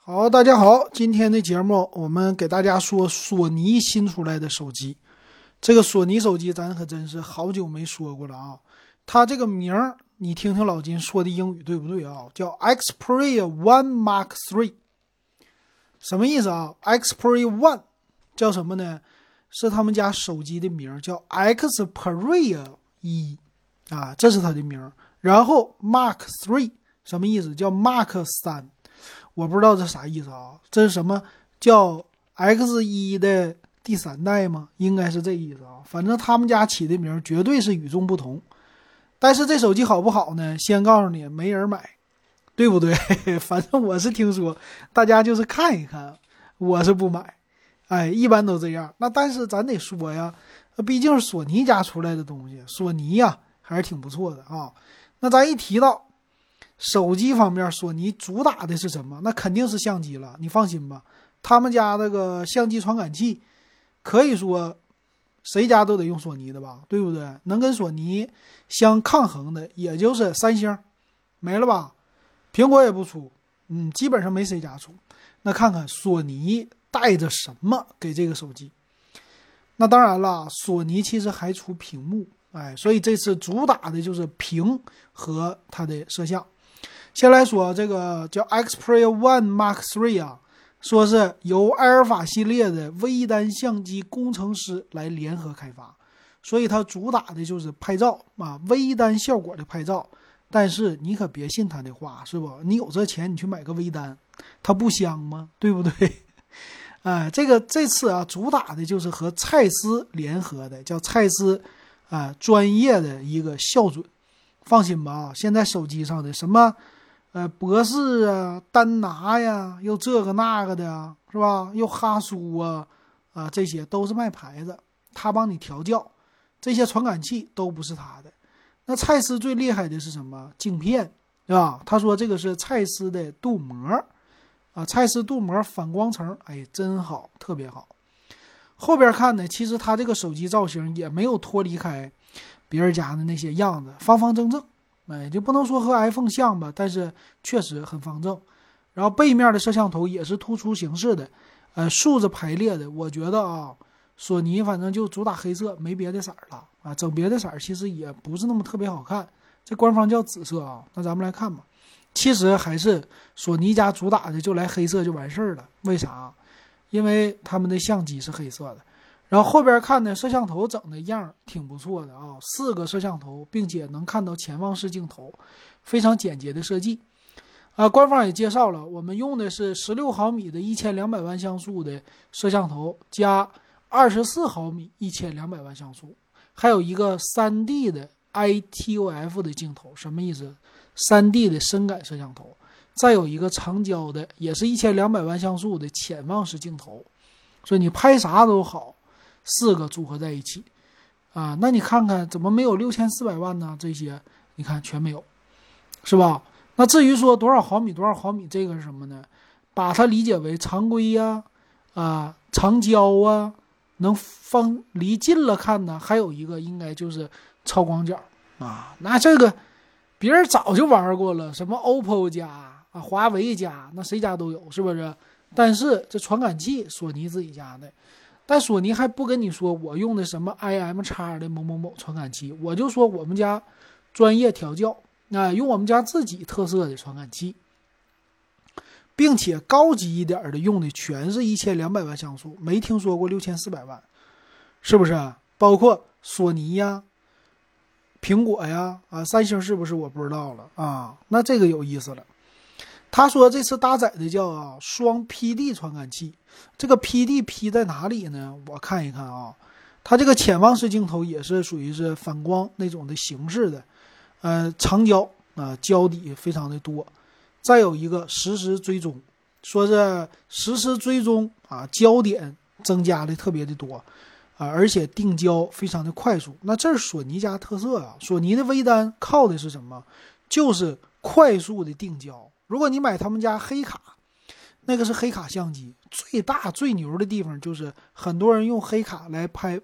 好，大家好，今天的节目我们给大家说索尼新出来的手机。这个索尼手机咱可真是好久没说过了啊。它这个名儿你听听老金说的英语对不对啊？叫 Xperia One Mark III， 什么意思啊？ Xperia One 叫什么呢？是他们家手机的名，叫 Xperia 1啊，这是它的名。然后 Mark III 什么意思？叫 Mark 3。我不知道这啥意思啊？这是什么叫 X1 的第3代吗？应该是这意思啊。反正他们家起的名绝对是与众不同。但是这手机好不好呢？先告诉你，没人买，对不对？反正我是听说，大家就是看一看，我是不买。哎，一般都这样。那但是咱得说呀，毕竟是索尼家出来的东西，索尼呀还是挺不错的啊。那咱一提到手机方面，索尼主打的是什么？那肯定是相机了。你放心吧，他们家那个相机传感器，可以说谁家都得用索尼的吧，对不对？能跟索尼相抗衡的，也就是三星，没了吧？苹果也不出，基本上没谁家出。那看看索尼带着什么给这个手机？那当然了，索尼其实还出屏幕，所以这次主打的就是屏和它的摄像。先来说这个叫 Xperia One Mark III 啊，说是由阿尔法系列的微单相机工程师来联合开发，所以它主打的就是拍照啊，微单效果的拍照。但是你可别信他的话，是不？你有这钱你去买个微单，它不香吗？对不对？这次啊，主打的就是和蔡司联合的，叫蔡司专业的一个校准。放心吧啊，现在手机上的什么博士啊、丹拿呀，又这个那个的啊，是吧？又哈苏这些都是卖牌子，他帮你调教，这些传感器都不是他的。那蔡司最厉害的是什么？镜片，对吧？他说这个是蔡司的镀膜啊，蔡司镀膜反光层，哎，真好，特别好。后边看呢，其实他这个手机造型也没有脱离开别人家的那些样子，方方正正。就不能说和 iPhone 像吧，但是确实很方正。然后背面的摄像头也是突出形式的，竖着排列的。我觉得啊，索尼反正就主打黑色，没别的色了啊，整别的色其实也不是那么特别好看。这官方叫紫色啊，那咱们来看吧。其实还是索尼家主打的，就来黑色就完事儿了。为啥？因为他们的相机是黑色的。然后后边看呢，摄像头整的样挺不错的啊，4个摄像头，并且能看到前望式镜头，非常简洁的设计。官方也介绍了，我们用的是16毫米的1200万像素的摄像头，加24毫米1200万像素，还有一个 3D 的 ITOF 的镜头。什么意思？ 3D 的深感摄像头，再有一个长焦的，也是1200万像素的潜望式镜头，所以你拍啥都好。4个组合在一起啊，那你看看怎么没有6400万呢？这些你看全没有，是吧？那至于说多少毫米多少毫米，这个是什么呢？把它理解为常规呀、长焦啊，能放离近了看呢。还有一个应该就是超广角啊，那这个别人早就玩过了，什么 OPPO 家华为家，那谁家都有，是不是？但是这传感器索尼自己家的。但索尼还不跟你说我用的什么 IMX 的某某某传感器，我就说我们家专业调教，用我们家自己特色的传感器，并且高级一点的用的全是1200万像素，没听说过6400万，是不是？包括索尼呀、苹果呀、三星是不是我不知道了啊？那这个有意思了。他说这次搭载的叫双 PD 传感器，这个 PD 在哪里呢？我看一看啊，它这个潜望式镜头也是属于是反光那种的形式的，长焦焦底非常的多，再有一个实时追踪，说是实时追踪焦点增加的特别的多而且定焦非常的快速。那这是索尼家特色啊，索尼的微单靠的是什么？就是快速的定焦。如果你买他们家黑卡，那个是黑卡相机，最大最牛的地方就是很多人用黑卡来拍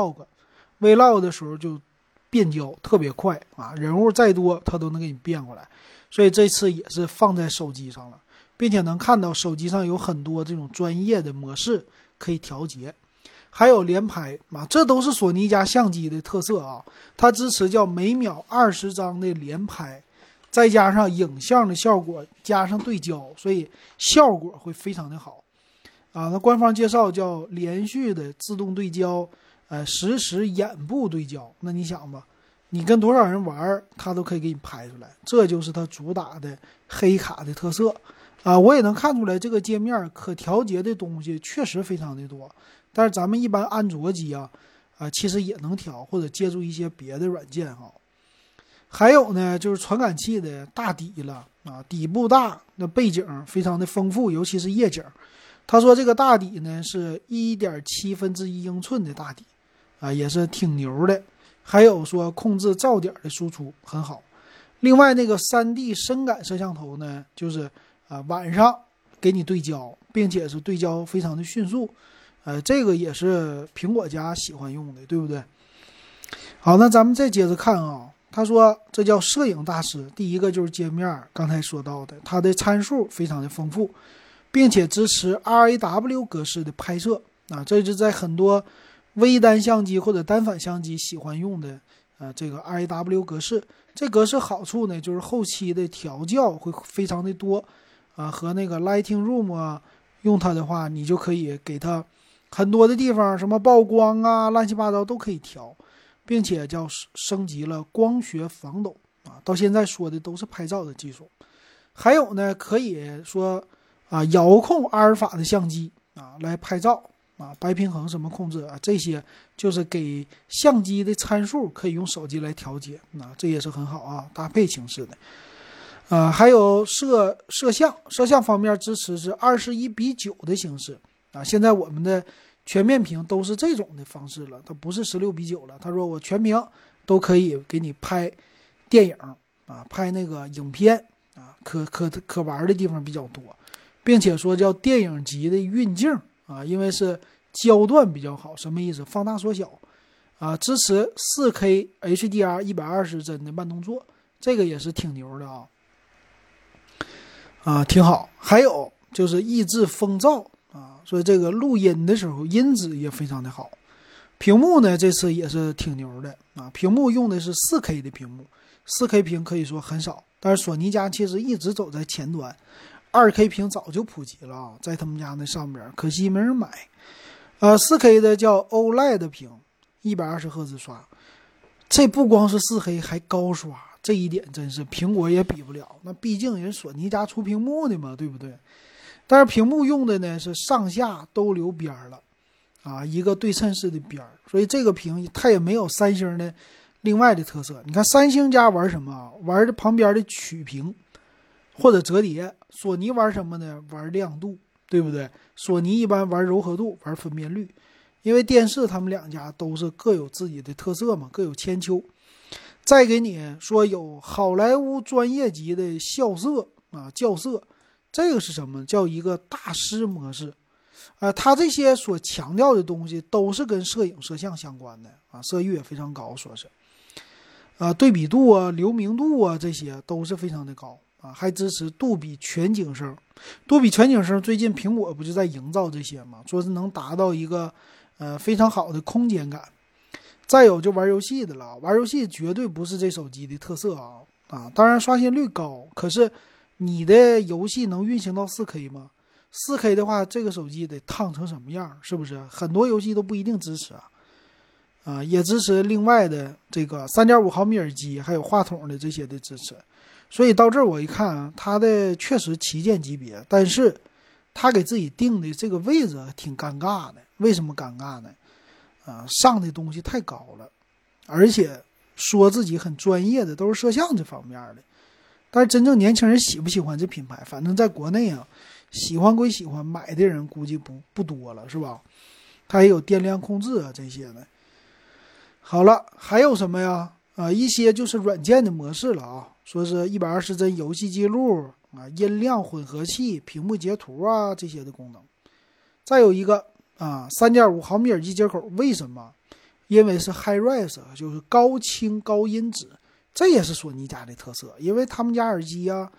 Vlog 的时候就变焦特别快人物再多它都能给你变过来，所以这次也是放在手机上了。 并且能看到手机上有很多这种专业的模式可以调节，还有连拍啊，这都是索尼家相机的特色啊。它支持叫每秒20张的连拍，再加上影像的效果，加上对焦，所以效果会非常的好啊。那官方介绍叫连续的自动对焦，实时眼部对焦。那你想吧，你跟多少人玩，它都可以给你拍出来，这就是它主打的黑卡的特色啊。我也能看出来，这个界面可调节的东西确实非常的多，但是咱们一般安卓机其实也能调，或者借助一些别的软件哈。还有呢，就是传感器的大底了啊，底部大，那背景非常的丰富，尤其是夜景。他说这个大底呢是1.1/7英寸的大底啊，也是挺牛的。还有说控制噪点的输出很好。另外那个 3D 深感摄像头呢，就是晚上给你对焦，并且是对焦非常的迅速，这个也是苹果家喜欢用的，对不对？好，那咱们再接着看啊。他说这叫摄影大师，第一个就是界面，刚才说到的，它的参数非常的丰富，并且支持 RAW 格式的拍摄啊，这是在很多微单相机或者单反相机喜欢用的这个 RAW 格式。这格式好处呢，就是后期的调教会非常的多和那个 Lightroom 用它的话，你就可以给它很多的地方，什么曝光乱七八糟都可以调，并且叫升级了光学防抖到现在说的都是拍照的技术。还有呢，可以说遥控阿尔法的相机来拍照白平衡什么控制这些就是给相机的参数可以用手机来调节这也是很好搭配形式的还有摄像方面支持是21:9的形式现在我们的全面屏都是这种的方式了，它不是16:9了。他说我全屏都可以给你拍电影拍那个影片可玩的地方比较多，并且说叫电影级的运镜因为是焦段比较好，什么意思？放大缩小支持 4K HDR 120帧的慢动作，这个也是挺牛的挺好。还有就是抑制风噪所以这个录音的时候音质也非常的好。屏幕呢这次也是挺牛的屏幕用的是 4K 的屏幕， 4K 屏可以说很少，但是索尼家其实一直走在前端，2K 屏早就普及了在他们家那上边，可惜没人买。4K 的叫 OLED 屏，120赫兹刷，这不光是4K 还高刷，这一点真是苹果也比不了，那毕竟人索尼家出屏幕的嘛，对不对？但是屏幕用的呢是上下都留边了一个对称式的边，所以这个屏它也没有三星的另外的特色。你看三星家玩什么玩旁边的曲屏或者折叠，索尼玩什么呢？玩亮度，对不对？索尼一般玩柔和度，玩分辨率，因为电视他们两家都是各有自己的特色嘛，各有千秋。再给你说有好莱坞专业级的校色校色，这个是什么？叫一个大师模式它这些所强调的东西都是跟摄影摄像相关的色域也非常高，说是对比度流明度这些都是非常的高还支持杜比全景声。杜比全景声最近苹果不就在营造这些吗？说是能达到一个非常好的空间感。再有就玩游戏的了，玩游戏绝对不是这手机的特色当然刷新率高，可是你的游戏能运行到 4K 吗？ 4K 的话这个手机得烫成什么样，是不是？很多游戏都不一定支持也支持另外的这个 3.5 毫米耳机还有话筒的这些的支持。所以到这儿我一看它的确实旗舰级别，但是它给自己定的这个位置挺尴尬的。为什么尴尬呢？上的东西太高了，而且说自己很专业的都是摄像这方面的，但是真正年轻人喜不喜欢这品牌？反正在国内喜欢归喜欢，买的人估计不多了，是吧？它也有电量控制这些的。好了，还有什么呀？一些就是软件的模式了说是120帧游戏记录音量混合器、屏幕截图这些的功能。再有一个3.5 毫米耳机接口，为什么？因为是 High Res， 就是高清高音质，这也是索尼家的特色，因为他们家耳机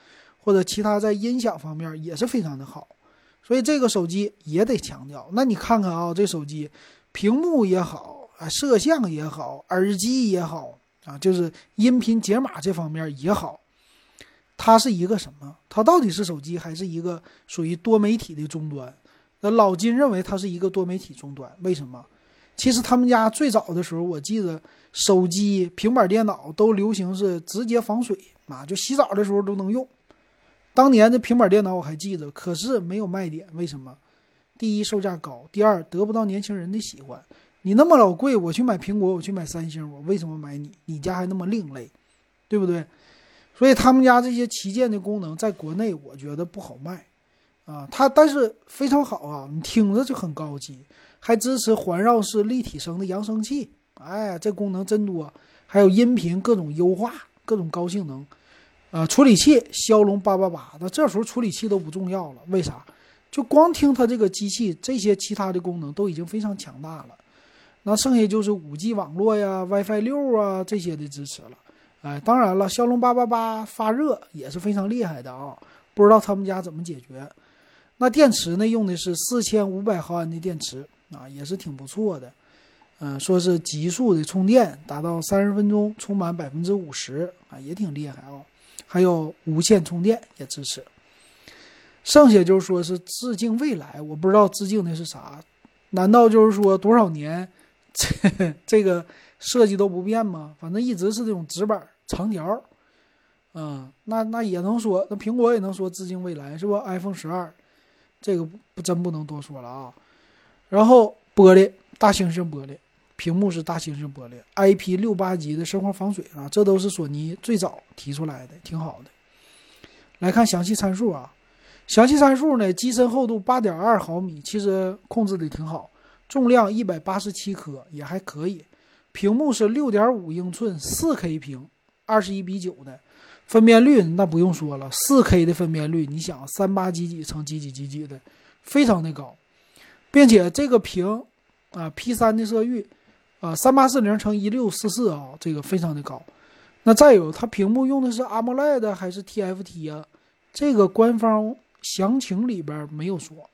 或者其他在音响方面也是非常的好，所以这个手机也得强调。那你看看啊，这手机屏幕也好啊，摄像也好，耳机也好啊，就是音频解码这方面也好，它是一个什么？它到底是手机还是一个属于多媒体的终端？那老金认为它是一个多媒体终端，为什么？其实他们家最早的时候，我记得手机、平板电脑都流行是直接防水啊，就洗澡的时候都能用。当年的平板电脑我还记得，可是没有卖点，为什么？第一，售价高；第二，得不到年轻人的喜欢。你那么老贵，我去买苹果，我去买三星，我为什么买你？你家还那么另类，对不对？所以他们家这些旗舰的功能在国内我觉得不好卖啊，但是非常好啊，你听着就很高级，还支持环绕式立体声的扬声器，哎，这功能真多，还有音频各种优化，各种高性能。处理器骁龙888，那这时候处理器都不重要了，为啥？就光听它这个机器，这些其他的功能都已经非常强大了。那剩下就是 5G 网络呀、WiFi 6啊这些的支持了。哎，当然了，骁龙888发热也是非常厉害的啊，不知道他们家怎么解决。那电池呢，用的是4500毫安的电池啊，也是挺不错的。说是极速的充电，达到30分钟充满50%啊，也挺厉害啊。还有无线充电也支持。剩下就是说是致敬未来，我不知道致敬的是啥？难道就是说多少年这个设计都不变吗？反正一直是这种直板长条。那也能说，那苹果也能说致敬未来是吧 ？iPhone 12，这个真不能多说了啊。然后玻璃，大猩猩玻璃，屏幕是大猩猩玻璃 ，IP68级的生活防水啊，这都是索尼最早提出来的，挺好的。来看详细参数啊，详细参数呢，机身厚度8.2毫米，其实控制的挺好，重量187克也还可以。屏幕是6.5英寸 4K 屏，21:9的。分辨率那不用说了 ，4K 的分辨率，你想38几几乘几几几几的，非常的高，并且这个屏啊 P3 的色域啊3840×1644啊，这个非常的高。那再有，它屏幕用的是 AMOLED 还是 TFT 啊？这个官方详情里边没有说。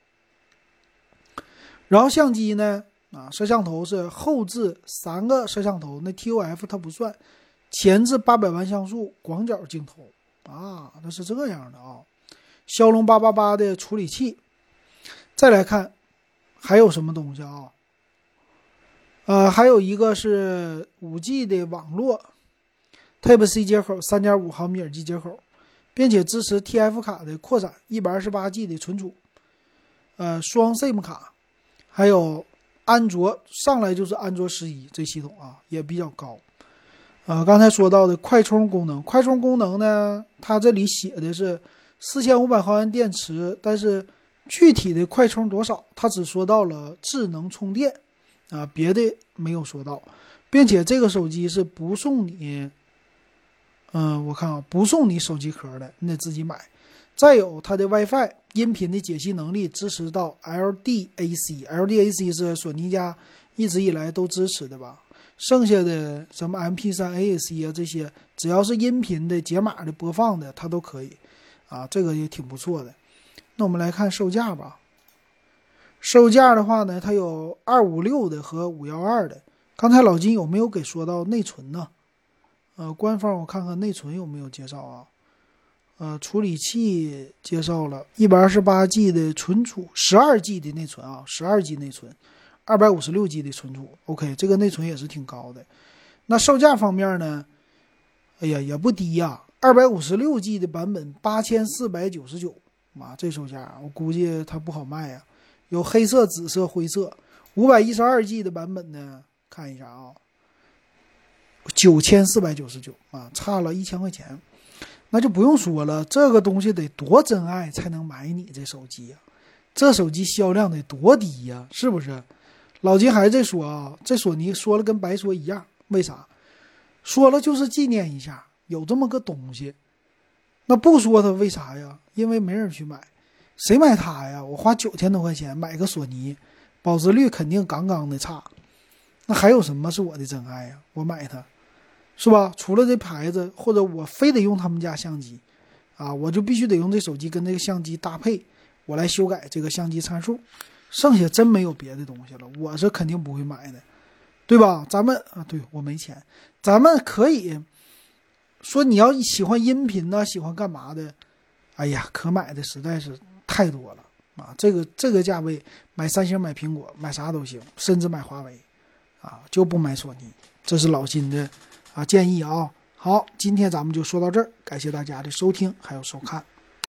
然后相机呢啊，摄像头是后置3个摄像头，那 TOF 它不算。前置800万像素广角镜头啊，那是这样的啊。骁龙888的处理器，再来看还有什么东西啊？还有一个是 5G 的网络 Type-C 接口，3.5毫米耳机接口，并且支持 TF 卡的扩展，128G 的存储，双 SIM 卡，还有安卓上来就是安卓11这系统啊，也比较高。刚才说到的快充功能，快充功能呢，它这里写的是4500毫安电池，但是具体的快充多少，它只说到了智能充电啊，别的没有说到，并且这个手机是不送你，我看啊，不送你手机壳的，你得自己买。再有它的 WiFi 音频的解析能力支持到 LDAC 是索尼家一直以来都支持的吧。剩下的什么 MP3、AAC 啊这些，只要是音频的解码的播放的，它都可以啊，这个也挺不错的。那我们来看售价吧。售价的话呢，它有256的和512的。刚才老金有没有给说到内存呢？官方我看看内存有没有介绍啊？处理器介绍了 128G 的存储 ，12G 的内存啊，12G 内存。256G 的存储 ，OK， 这个内存也是挺高的。那售价方面呢？哎呀，也不低呀，256G 的版本8499，妈，这售价我估计它不好卖呀。有黑色、紫色、灰色。512G 的版本呢？看一下啊，9499啊，差了1000块钱。那就不用说了，这个东西得多真爱才能买你这手机呀？这手机销量得多低呀？是不是？老金还在说啊，这索尼说了跟白说一样，为啥？说了就是纪念一下，有这么个东西。那不说它为啥呀？因为没人去买，谁买它呀？我花9000多块钱买个索尼，保值率肯定杠杠的差。那还有什么是我的真爱呀？我买它，是吧？除了这牌子，或者我非得用他们家相机啊，我就必须得用这手机跟这个相机搭配，我来修改这个相机参数，剩下真没有别的东西了，我是肯定不会买的，对吧？咱们啊，对，我没钱，咱们可以说你要喜欢音频呢，喜欢干嘛的？哎呀，可买的实在是太多了啊！这个价位买三星、买苹果、买啥都行，甚至买华为啊，就不买索尼。这是老金的建议啊。好，今天咱们就说到这儿，感谢大家的收听还有收看。